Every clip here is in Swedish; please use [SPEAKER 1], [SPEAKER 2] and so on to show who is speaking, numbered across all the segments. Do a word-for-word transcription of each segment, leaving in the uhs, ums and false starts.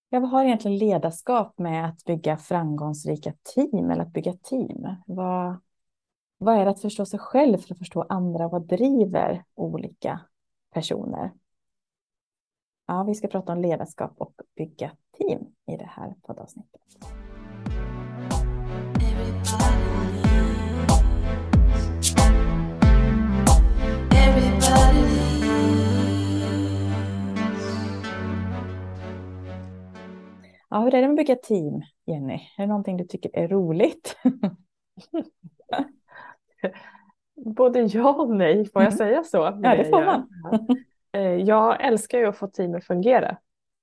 [SPEAKER 1] Ja, vad har egentligen ledarskap med att bygga framgångsrika team eller att bygga team? Vad, vad är det att förstå sig själv för att förstå andra? Vad driver olika personer? Ja, vi ska prata om ledarskap och bygga team i det här poddavsnittet. Ja, hur är det med att bygga team, Jenny? Är det någonting du tycker är roligt?
[SPEAKER 2] Både ja och nej, får jag
[SPEAKER 1] Mm.
[SPEAKER 2] säga så med
[SPEAKER 1] Ja,
[SPEAKER 2] det
[SPEAKER 1] det
[SPEAKER 2] jag
[SPEAKER 1] får
[SPEAKER 2] gör.
[SPEAKER 1] man.
[SPEAKER 2] Eh, Jag älskar ju att få teamet att fungera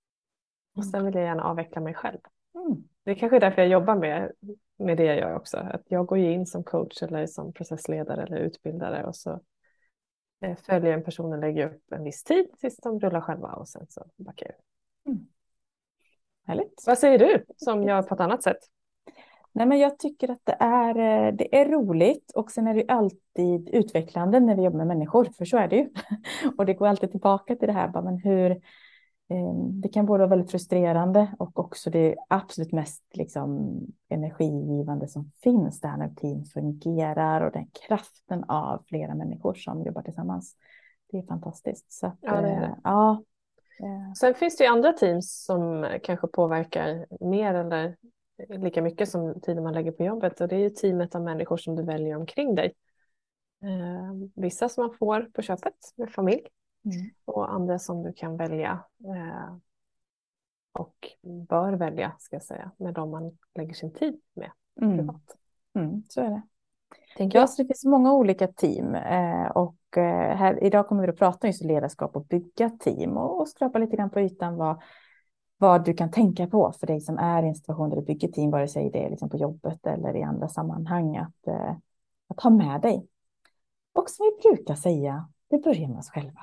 [SPEAKER 2] och
[SPEAKER 1] Mm.
[SPEAKER 2] sen vill jag gärna avveckla mig själv.
[SPEAKER 1] Mm.
[SPEAKER 2] Det är kanske är därför jag jobbar med, med det jag gör också. Att jag går ju in som coach eller som processledare eller utbildare och så eh, följer en person och lägger upp en viss tid tills de rullar själva och sen så backar jag.
[SPEAKER 1] Mm. Härligt.
[SPEAKER 2] Vad säger du som gör på ett annat sätt?
[SPEAKER 1] Nej, men jag tycker att det är, eh, det är roligt och sen är det ju alltid utvecklande när vi jobbar med människor, för så är det ju. Och det går alltid tillbaka till det här, bara, men hur, eh, det kan både vara väldigt frustrerande och också det absolut mest liksom, energigivande som finns, det här när team fungerar och den kraften av flera människor som jobbar tillsammans. Det är fantastiskt. Så att,
[SPEAKER 2] Ja, det är
[SPEAKER 1] eh,
[SPEAKER 2] det.
[SPEAKER 1] ja, eh,
[SPEAKER 2] Sen finns det ju andra teams som kanske påverkar mer eller lika mycket som tiden man lägger på jobbet. Och det är ju teamet av människor som du väljer omkring dig. Eh, vissa som man får på köpet med familj
[SPEAKER 1] mm,
[SPEAKER 2] och andra som du kan välja eh, och bör välja ska jag säga med de man lägger sin tid med
[SPEAKER 1] mm,
[SPEAKER 2] privat.
[SPEAKER 1] mm, så är det.
[SPEAKER 2] Tänker
[SPEAKER 1] Ja,
[SPEAKER 2] jag.
[SPEAKER 1] så det finns många olika team eh, och eh, här, idag kommer vi att prata just ledarskap och bygga team och, och skrapa lite grann på ytan vad, vad du kan tänka på för dig som är i en situation där du bygger team, vare sig det är liksom på jobbet eller i andra sammanhang, att, eh, att ha med dig. Och som vi brukar säga, det börjar med oss själva.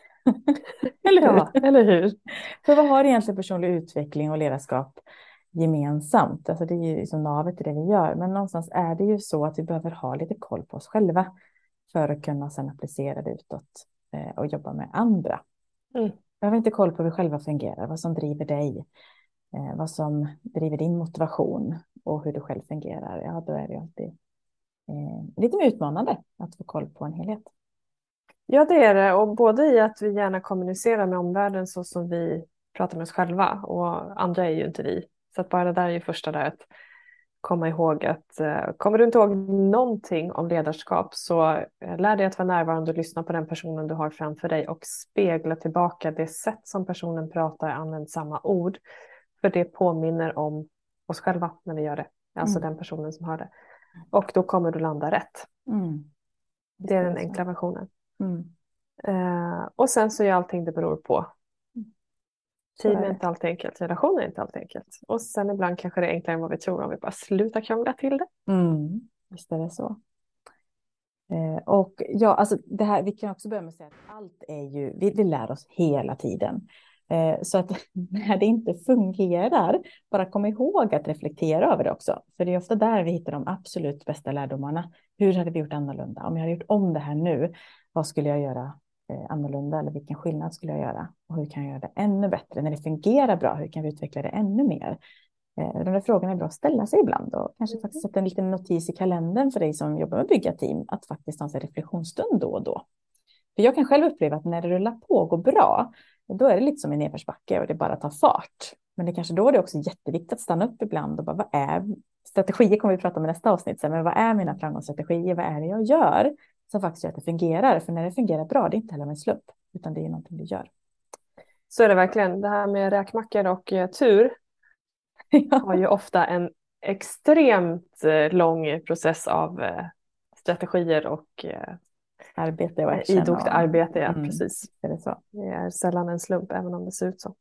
[SPEAKER 1] Eller hur?
[SPEAKER 2] Ja, eller hur?
[SPEAKER 1] För vad har egentligen personlig utveckling och ledarskap gemensamt? Alltså det är ju liksom navet i det vi gör, men någonstans är det ju så att vi behöver ha lite koll på oss själva för att kunna sedan applicera det utåt eh, och jobba med andra.
[SPEAKER 2] Mm.
[SPEAKER 1] Jag har inte koll på hur vi själva fungerar, vad som driver dig, eh, vad som driver din motivation och hur du själv fungerar. Ja, då är det ju alltid eh, lite mer utmanande att få koll på en helhet.
[SPEAKER 2] Ja, det är det. Och både i att vi gärna kommunicerar med omvärlden så som vi pratar med oss själva och andra är ju inte vi. Så att bara det där är ju första där att komma ihåg att eh, kommer du inte ihåg någonting om ledarskap så eh, lär dig att vara närvarande och lyssna på den personen du har framför dig och spegla tillbaka det sätt som personen pratar, använd samma ord. För det påminner om oss själva när vi gör det. Alltså
[SPEAKER 1] Mm.
[SPEAKER 2] den personen som hör det. Och då kommer du landa rätt.
[SPEAKER 1] Mm.
[SPEAKER 2] Det
[SPEAKER 1] Visst
[SPEAKER 2] är
[SPEAKER 1] är
[SPEAKER 2] den
[SPEAKER 1] det så.
[SPEAKER 2] enkla versionen.
[SPEAKER 1] Mm.
[SPEAKER 2] Eh, och sen så är allting det beror på.
[SPEAKER 1] Så
[SPEAKER 2] Team
[SPEAKER 1] är
[SPEAKER 2] är
[SPEAKER 1] det.
[SPEAKER 2] inte alltid enkelt, relationer är inte alltid enkelt. Och sen ibland kanske det är enklare än vad vi tror om vi bara slutar krångla till det.
[SPEAKER 1] Mm. Visst är det så. Eh, och ja, alltså det här, vi kan också börja med att säga att allt är ju, vi, vi lär oss hela tiden. Eh, så att när det inte fungerar, bara kom ihåg att reflektera över det också. För det är ofta där vi hittar de absolut bästa lärdomarna. Hur hade vi gjort annorlunda? Om jag hade gjort om det här nu, vad skulle jag göra eh, annorlunda? Eller vilken skillnad skulle jag göra? Och hur kan jag göra det ännu bättre? När det fungerar bra, hur kan vi utveckla det ännu mer? De där frågorna är bra att ställa sig ibland och kanske
[SPEAKER 2] Mm.
[SPEAKER 1] faktiskt sätta en liten notis i kalendern för dig som jobbar med att bygga team att faktiskt ha en reflektionsstund då och då. För jag kan själv uppleva att när det rullar på och går bra, då är det lite som en nedförsbacke och det bara tar fart. Men det kanske då är det också jätteviktigt att stanna upp ibland och bara, vad är strategier kommer vi prata om i nästa avsnitt, men vad är mina framgångsstrategier, vad är det jag gör som faktiskt gör att det fungerar? För när det fungerar bra, det är inte heller en slump, utan det är någonting du gör.
[SPEAKER 2] Så är det verkligen. Det här med räkmackor och eh, tur har ju ofta en extremt eh, lång process av eh, strategier och eh,
[SPEAKER 1] Arbete och
[SPEAKER 2] eh,
[SPEAKER 1] action.
[SPEAKER 2] idogt
[SPEAKER 1] Och,
[SPEAKER 2] arbete. Ja,
[SPEAKER 1] mm,
[SPEAKER 2] precis.
[SPEAKER 1] är det så?
[SPEAKER 2] Det är sällan en slump även om det ser ut så.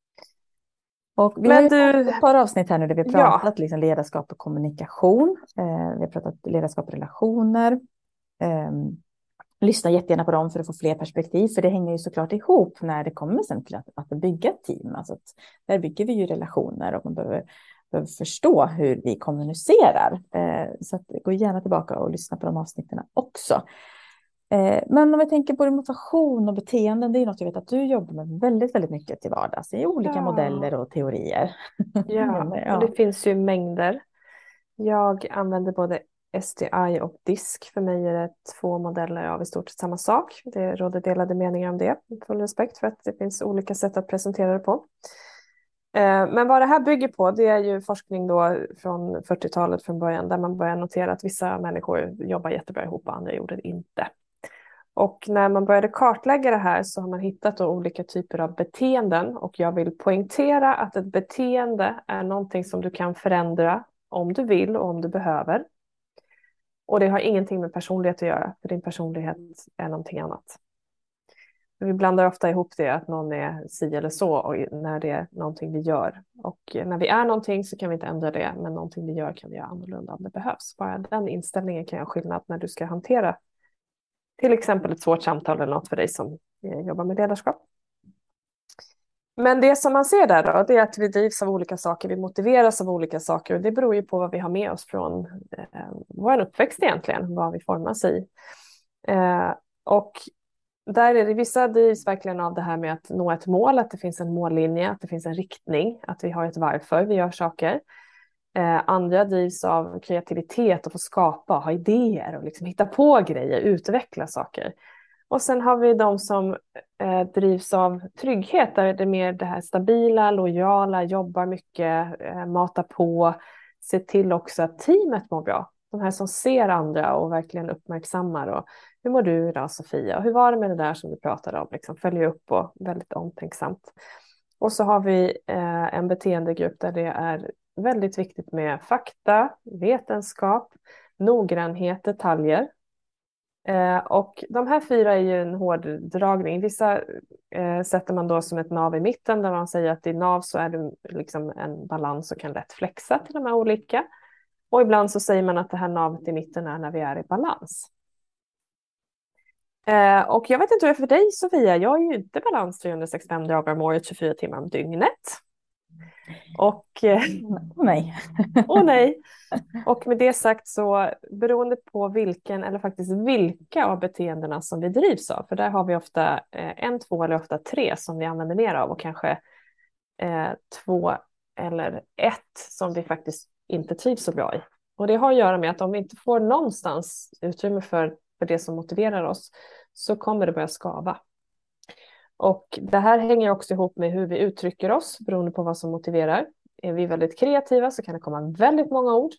[SPEAKER 1] Och vi har
[SPEAKER 2] Men
[SPEAKER 1] ju haft
[SPEAKER 2] du,
[SPEAKER 1] ett par avsnitt här nu där vi har
[SPEAKER 2] ja,
[SPEAKER 1] pratat liksom ledarskap och kommunikation. Eh, vi har pratat ledarskap och relationer. Eh, lyssna jättegärna på dem för att få fler perspektiv. För det hänger ju såklart ihop när det kommer sen till att, att bygga ett team. Alltså att där bygger vi ju relationer och man behöver, behöver förstå hur vi kommunicerar. Eh, så att gå gärna tillbaka och lyssna på de avsnitten också. Eh, men om vi tänker på motivation och beteenden, det är något jag vet att du jobbar med väldigt, väldigt mycket till vardags i olika modeller
[SPEAKER 2] Ja,
[SPEAKER 1] och teorier. Men,
[SPEAKER 2] ja, och det
[SPEAKER 1] ja.
[SPEAKER 2] finns ju mängder. Jag använder både S T I och DISK. För mig är det två modeller av i stort sett samma sak. Det råder delade meningar om det. Full respekt för att det finns olika sätt att presentera det på. Eh, Men vad det här bygger på, det är ju forskning då från fyrtiotalet från början, där man börjar notera att vissa människor jobbar jättebra ihop och andra gjorde det inte. Och när man började kartlägga det här så har man hittat då olika typer av beteenden, och jag vill poängtera att ett beteende är någonting som du kan förändra om du vill och om du behöver. Och det har ingenting med personlighet att göra, för din personlighet är någonting annat. Vi blandar ofta ihop det, att någon är si eller så, och när det är någonting vi gör. Och när vi är någonting så kan vi inte ändra det, men någonting vi gör kan vi göra annorlunda om det behövs. Bara den inställningen kan göra skillnad när du ska hantera till exempel ett svårt samtal eller något för dig som jobbar med ledarskap. Men det som man ser där då, det är att vi drivs av olika saker, vi motiveras av olika saker, och det beror ju på vad vi har med oss från eh, vår uppväxt egentligen, vad vi formas i. Eh, och där är det, vissa drivs verkligen av det här med att nå ett mål, att det finns en mållinje, att det finns en riktning, att vi har ett varför vi gör saker. Eh, andra drivs av kreativitet och få skapa, ha idéer och liksom hitta på grejer, utveckla saker. Och sen har vi de som eh, drivs av trygghet, där det är mer det här stabila, lojala, jobbar mycket, eh, matar på, ser till också att teamet mår bra. De här som ser andra och verkligen uppmärksammar. Och, hur mår du idag, Sofia? Och hur var det med det där som du pratade om? Liksom följer upp och väldigt omtänksamt. Och så har vi eh, en beteendegrupp där det är väldigt viktigt med fakta, vetenskap, noggrannhet, detaljer. Eh, och de här fyra är ju en hård dragning. Vissa eh, sätter man då som ett nav i mitten, där man säger att i nav så är det liksom en balans och kan lätt flexa till de här olika. Och ibland så säger man att det här navet i mitten är när vi är i balans. Eh, och jag vet inte hur det är för dig, Sofia. Jag är ju inte i balans trehundrasextiofem dagar om året, tjugofyra timmar om dygnet. Och eh,
[SPEAKER 1] Oh, nej.
[SPEAKER 2] åh nej. Och med det sagt så beroende på vilken eller faktiskt vilka av beteendena som vi drivs av. För där har vi ofta eh, en, två eller ofta tre som vi använder mer av, och kanske eh, två eller ett som vi faktiskt inte trivs så bra i. Och det har att göra med att om vi inte får någonstans utrymme för, för det som motiverar oss, så kommer det börja skava. Och det här hänger också ihop med hur vi uttrycker oss beroende på vad som motiverar. Är vi väldigt kreativa så kan det komma väldigt många ord.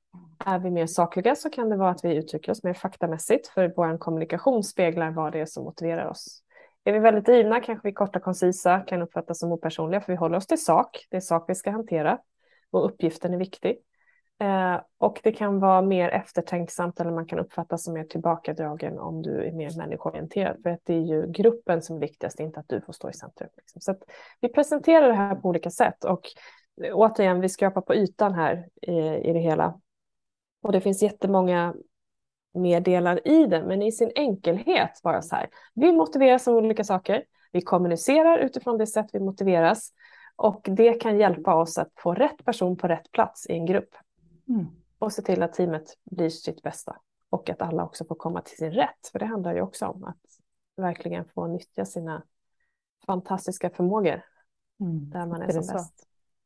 [SPEAKER 2] Är vi mer sakliga så kan det vara att vi uttrycker oss mer faktamässigt, för vår kommunikation speglar vad det är som motiverar oss. Är vi väldigt drivna kanske vi korta, koncisa kan uppfattas som opersonliga, för vi håller oss till sak. Det är sak vi ska hantera och uppgiften är viktig. Eh, och det kan vara mer eftertänksamt, eller man kan uppfattas som mer tillbakadragen om du är mer människoorienterad. För att det är ju gruppen som är viktigast, inte att du får stå i centrum. Liksom. Så att vi presenterar det här på olika sätt, och återigen, vi skrapar på ytan här i, i det hela. Och det finns jättemånga mer delar i det, men i sin enkelhet bara så här. Vi motiveras av olika saker. Vi kommunicerar utifrån det sätt vi motiveras. Och det kan hjälpa oss att få rätt person på rätt plats i en grupp.
[SPEAKER 1] Mm.
[SPEAKER 2] Och se till att teamet blir sitt bästa. Och att alla också får komma till sin rätt. För det handlar ju också om att verkligen få nyttja sina fantastiska förmågor.
[SPEAKER 1] Mm.
[SPEAKER 2] Där man är,
[SPEAKER 1] Det är
[SPEAKER 2] som
[SPEAKER 1] så.
[SPEAKER 2] bäst.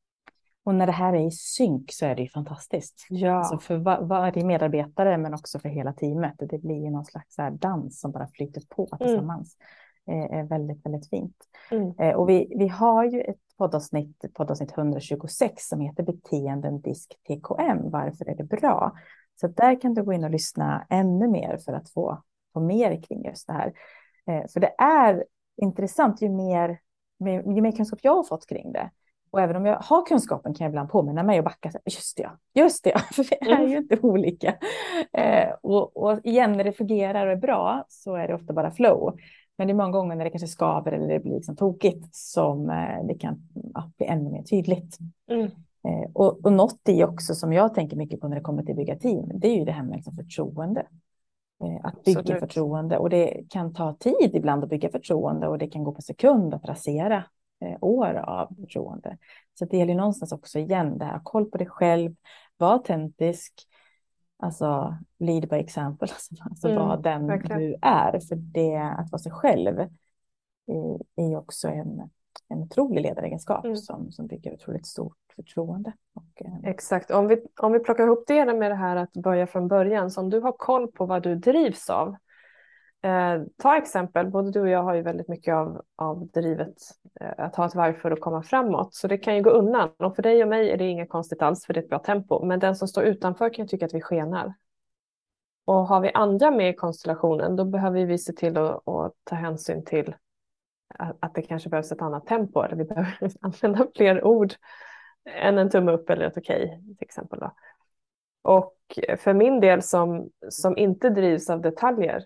[SPEAKER 1] Och när det här är i synk så är det ju fantastiskt.
[SPEAKER 2] Ja.
[SPEAKER 1] Alltså för var, varje medarbetare, men också för hela teamet. Det blir ju någon slags så här dans som bara flyter på tillsammans. Mm. Det är väldigt, väldigt fint.
[SPEAKER 2] Mm.
[SPEAKER 1] Eh, och vi, vi har ju ett poddavsnitt, poddavsnitt etthundratjugosex som heter Beteenden disk T K M. Varför är det bra? Så där kan du gå in och lyssna ännu mer för att få, få mer kring just det här. Eh, för det är intressant ju mer, ju mer kunskap jag har fått kring det. Och även om jag har kunskapen kan jag ibland påminna mig och backa. Just det, just det, för vi är ju inte olika. Eh, och, och igen, när det fungerar och är bra så är det ofta bara flow. Men det är många gånger när det kanske skaver eller det blir liksom tokigt som eh, det kan ja, bli ännu mer tydligt.
[SPEAKER 2] Mm.
[SPEAKER 1] Eh, och, och något är också som jag tänker mycket på när det kommer till att bygga team. Det är ju det här med liksom förtroende. Eh, att bygga
[SPEAKER 2] Absolut.
[SPEAKER 1] förtroende. Och det kan ta tid ibland att bygga förtroende. Och det kan gå på sekund att rasera år av förtroende. Så det gäller någonstans också igen det här, koll på dig själv, var autentisk, alltså lead by example, alltså, alltså
[SPEAKER 2] Mm,
[SPEAKER 1] vara den
[SPEAKER 2] verkligen.
[SPEAKER 1] du är. För det att vara sig själv är, är ju också en, en otrolig ledaregenskap
[SPEAKER 2] Mm.
[SPEAKER 1] som, som bygger otroligt stort förtroende. Och, eh,
[SPEAKER 2] Exakt. Om vi, om vi plockar ihop det med det här att börja från början. Så om du har koll på vad du drivs av. Eh, ta exempel, både du och jag har ju väldigt mycket av, av drivet eh, att ha ett varv för att komma framåt. Så det kan ju gå undan. Och för dig och mig är det inget konstigt alls för det är ett bra tempo. Men den som står utanför kan tycka att vi skenar. Och har vi andra med i konstellationen då behöver vi se till att, att ta hänsyn till att, att det kanske behövs ett annat tempo. Eller vi behöver använda fler ord än en tumme upp eller ett okej till exempel. Då. Och för min del som, som inte drivs av detaljer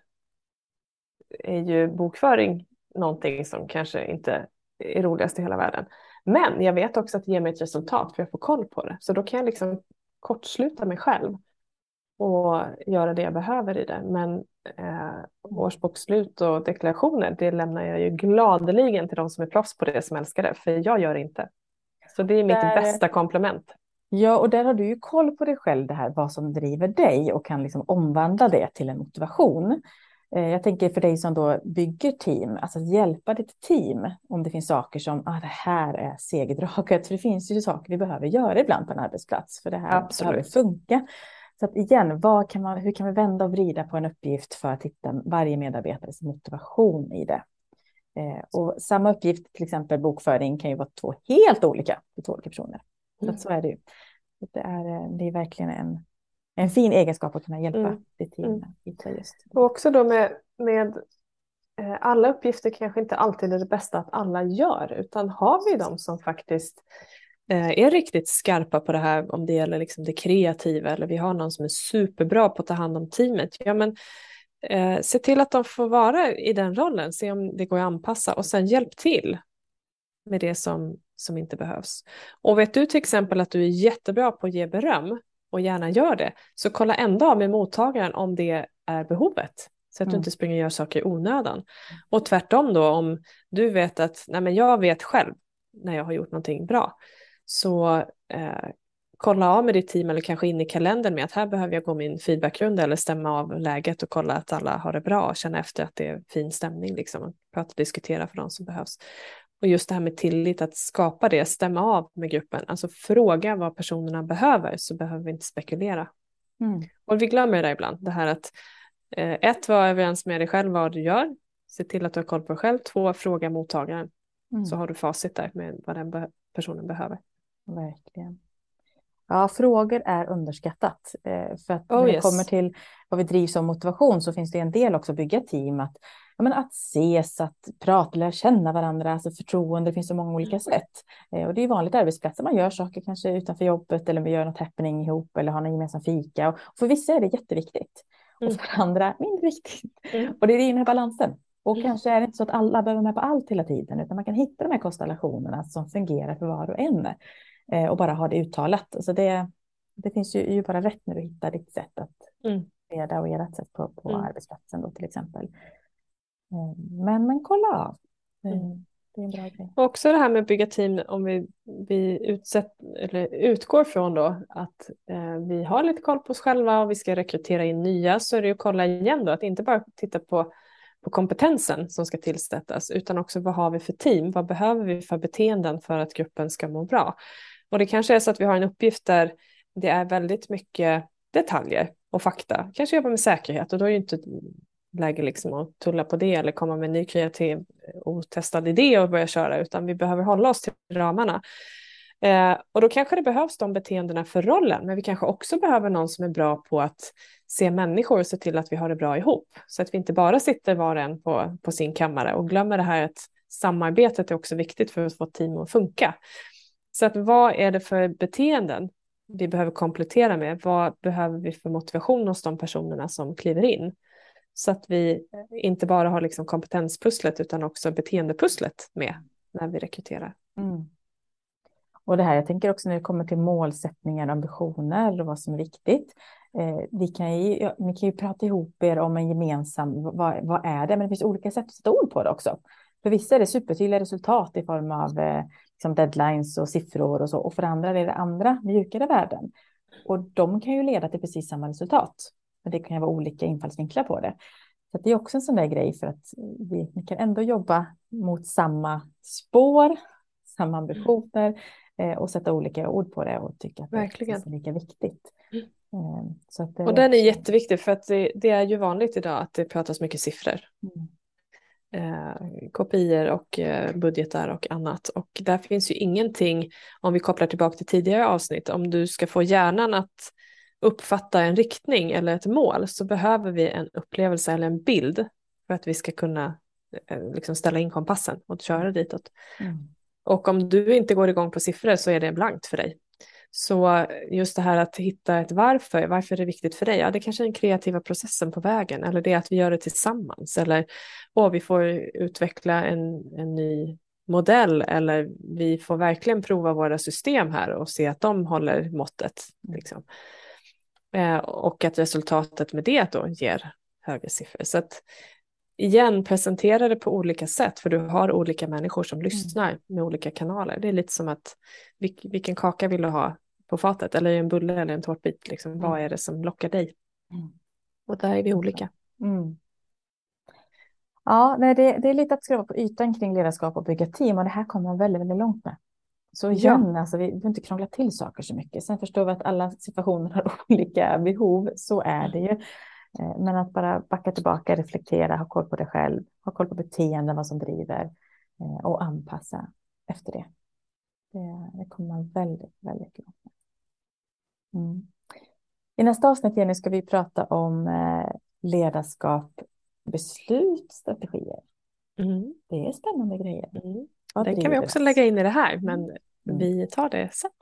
[SPEAKER 2] är ju bokföring någonting som kanske inte är roligast i hela världen. Men jag vet också att det ger mig ett resultat för jag får koll på det. Så då kan jag liksom kortsluta mig själv och göra det jag behöver i det. Men eh, årsbokslut och deklarationer, det lämnar jag ju gladeligen till de som är proffs på det som älskar det. För jag gör det inte. Så det är mitt
[SPEAKER 1] Där,
[SPEAKER 2] bästa komplement.
[SPEAKER 1] ja, och där har du ju koll på dig själv, det här, vad som driver dig och kan liksom omvandla det till en motivation. Eh, Jag tänker för dig som då bygger team, alltså att hjälpa ditt team om det finns saker som, ah, det här är segdraget. För det finns ju saker vi behöver göra ibland på en arbetsplats, för det här
[SPEAKER 2] Absolut.
[SPEAKER 1] behöver funka. Så att igen, vad kan man, hur kan vi vända och vrida på en uppgift för att hitta varje medarbetares motivation i det? Eh, och samma uppgift, till exempel bokföring, kan ju vara två helt olika för två olika personer. Så, att så är det ju. Det är, det är verkligen en, en fin egenskap att kunna hjälpa
[SPEAKER 2] Mm.
[SPEAKER 1] ditt team
[SPEAKER 2] Mm.
[SPEAKER 1] att hitta just det.
[SPEAKER 2] Och också då med, med eh, alla uppgifter kanske inte alltid är det bästa att alla gör. Utan har vi de som faktiskt eh, är riktigt skarpa på det här, om det gäller liksom det kreativa eller vi har någon som är superbra på att ta hand om teamet. Ja, men eh, se till att de får vara i den rollen, se om det går att anpassa och sen hjälp till med det som, som inte behövs. Och vet du till exempel att du är jättebra på att ge beröm och gärna gör det, så kolla ändå av med mottagaren om det är behovet. Så att
[SPEAKER 1] Mm.
[SPEAKER 2] du inte springer och gör saker i onödan. Och tvärtom då, om du vet att nej men jag vet själv när jag har gjort någonting bra, så eh, kolla av med ditt team eller kanske in i kalendern med att här behöver jag gå min feedbackrunda eller stämma av läget och kolla att alla har det bra och känna efter att det är fin stämning liksom. Prata och diskutera för de som behövs. Och just det här med tillit, att skapa det, stämma av med gruppen. Alltså fråga vad personerna behöver, så behöver vi inte spekulera.
[SPEAKER 1] Mm.
[SPEAKER 2] Och vi glömmer det där ibland. Det här att eh, ett, vara överens med dig själv vad du gör. Se till att du har koll på dig själv. Två, fråga mottagaren.
[SPEAKER 1] Mm.
[SPEAKER 2] Så har du facit där med vad den be- personen behöver.
[SPEAKER 1] Verkligen. Ja, frågor är underskattat. Eh, för att
[SPEAKER 2] Oh,
[SPEAKER 1] när det
[SPEAKER 2] yes.
[SPEAKER 1] kommer till vad vi drivs som motivation så finns det en del också att bygga team. Att, ja, men att ses, att prata, lära känna varandra, alltså förtroende, det finns så många olika sätt. Eh, och det är vanligt arbetsplatser, man gör saker kanske utanför jobbet eller vi gör något happening ihop eller har en gemensam fika. Och, och för vissa är det jätteviktigt
[SPEAKER 2] Mm.
[SPEAKER 1] och för andra mindre viktigt.
[SPEAKER 2] Mm.
[SPEAKER 1] Och det är den här balansen. Och
[SPEAKER 2] Mm.
[SPEAKER 1] kanske är det inte så att alla behöver vara med på allt hela tiden, utan man kan hitta de här konstellationerna som fungerar för var och en. Eh, och bara ha det uttalat. Alltså det, det finns ju, ju bara rätt när du hittar ditt sätt att
[SPEAKER 2] Mm.
[SPEAKER 1] leda och ert sätt på, på
[SPEAKER 2] Mm.
[SPEAKER 1] arbetsplatsen då till exempel. Eh, men, men kolla av. Eh,
[SPEAKER 2] Mm.
[SPEAKER 1] Det är en bra grej.
[SPEAKER 2] Och också det här med att bygga team, om vi, vi utsätt, eller utgår från då att eh, vi har lite koll på oss själva och vi ska rekrytera in nya, så är det ju att kolla igen då, att inte bara titta på, på kompetensen som ska tillsättas, utan också vad har vi för team, vad behöver vi för beteenden för att gruppen ska må bra. Och det kanske är så att vi har en uppgift där det är väldigt mycket detaljer och fakta, kanske jobba med säkerhet, och då är ju inte läge liksom att tulla på det eller komma med en ny kreativ otestad idé och börja köra, utan vi behöver hålla oss till ramarna. Eh, och då kanske det behövs de beteendena för rollen, men vi kanske också behöver någon som är bra på att se människor och se till att vi har det bra ihop. Så att vi inte bara sitter var och en på, på sin kammare och glömmer det här att samarbetet är också viktigt för att få team att funka. Så att vad är det för beteenden vi behöver komplettera med? Vad behöver vi för motivation hos de personerna som kliver in? Så att vi inte bara har liksom kompetenspusslet utan också beteendepusslet med när vi rekryterar.
[SPEAKER 1] Mm. Och det här, jag tänker också när det kommer till målsättningar, ambitioner och vad som är viktigt. Eh, vi kan ju, ja, ni kan ju prata ihop er om en gemensam, vad, vad är det? Men det finns olika sätt att sätta ord på det också. För vissa är det supertydliga resultat i form av eh, liksom deadlines och siffror och så. Och för andra är det andra mjukare värden. Och de kan ju leda till precis samma resultat. Men det kan ju vara olika infallsvinklar på det. Så det är också en sån där grej för att vi, vi kan ändå jobba mot samma spår, samma ambitioner eh, och sätta olika ord på det och tycka att det
[SPEAKER 2] Verkligen.
[SPEAKER 1] är lika viktigt. Eh, så att det
[SPEAKER 2] Och den är
[SPEAKER 1] också...
[SPEAKER 2] jätteviktig för att det, det är ju vanligt idag att det pratas mycket siffror.
[SPEAKER 1] Mm.
[SPEAKER 2] Eh, kopior och eh, budgetar och annat. Och där finns ju ingenting, om vi kopplar tillbaka till tidigare avsnitt, om du ska få hjärnan att uppfatta en riktning eller ett mål så behöver vi en upplevelse eller en bild för att vi ska kunna eh, liksom ställa in kompassen och köra ditåt.
[SPEAKER 1] Mm.
[SPEAKER 2] Och om du inte går igång på siffror så är det blankt för dig. Så just det här att hitta ett varför, varför är det viktigt för dig? Ja, det kanske är den kreativa processen på vägen eller det att vi gör det tillsammans eller åh, vi får utveckla en, en ny modell eller vi får verkligen prova våra system här och se att de håller måttet. Liksom. Eh, och att resultatet med det då ger högre siffror. Så att igen, presentera det på olika sätt för du har olika människor som lyssnar med olika kanaler. Det är lite som att vilk, vilken kaka vill du ha på fatet eller en bulle eller en tårtbit. Liksom. Mm. Vad är det som lockar dig? Mm. Och där är vi olika.
[SPEAKER 1] Mm. Ja, nej, det, det är lite att skruva på ytan kring ledarskap och bygga team och det här kommer man väldigt, väldigt långt med. Så igen, ja. Alltså, vi behöver inte krångla till saker så mycket. Sen förstår vi att alla situationer har olika behov, så är det ju. Men att bara backa tillbaka, reflektera, ha koll på det själv, ha koll på beteenden, vad som driver och anpassa efter det. Det, det kommer man väldigt, väldigt långt med. Mm. I nästa avsnitt, Jenny, ska vi prata om ledarskap, beslut, strategier. Mm. Det är spännande grejer.
[SPEAKER 2] Mm. Det kan vi också lägga in i det här, men mm. vi tar det sen.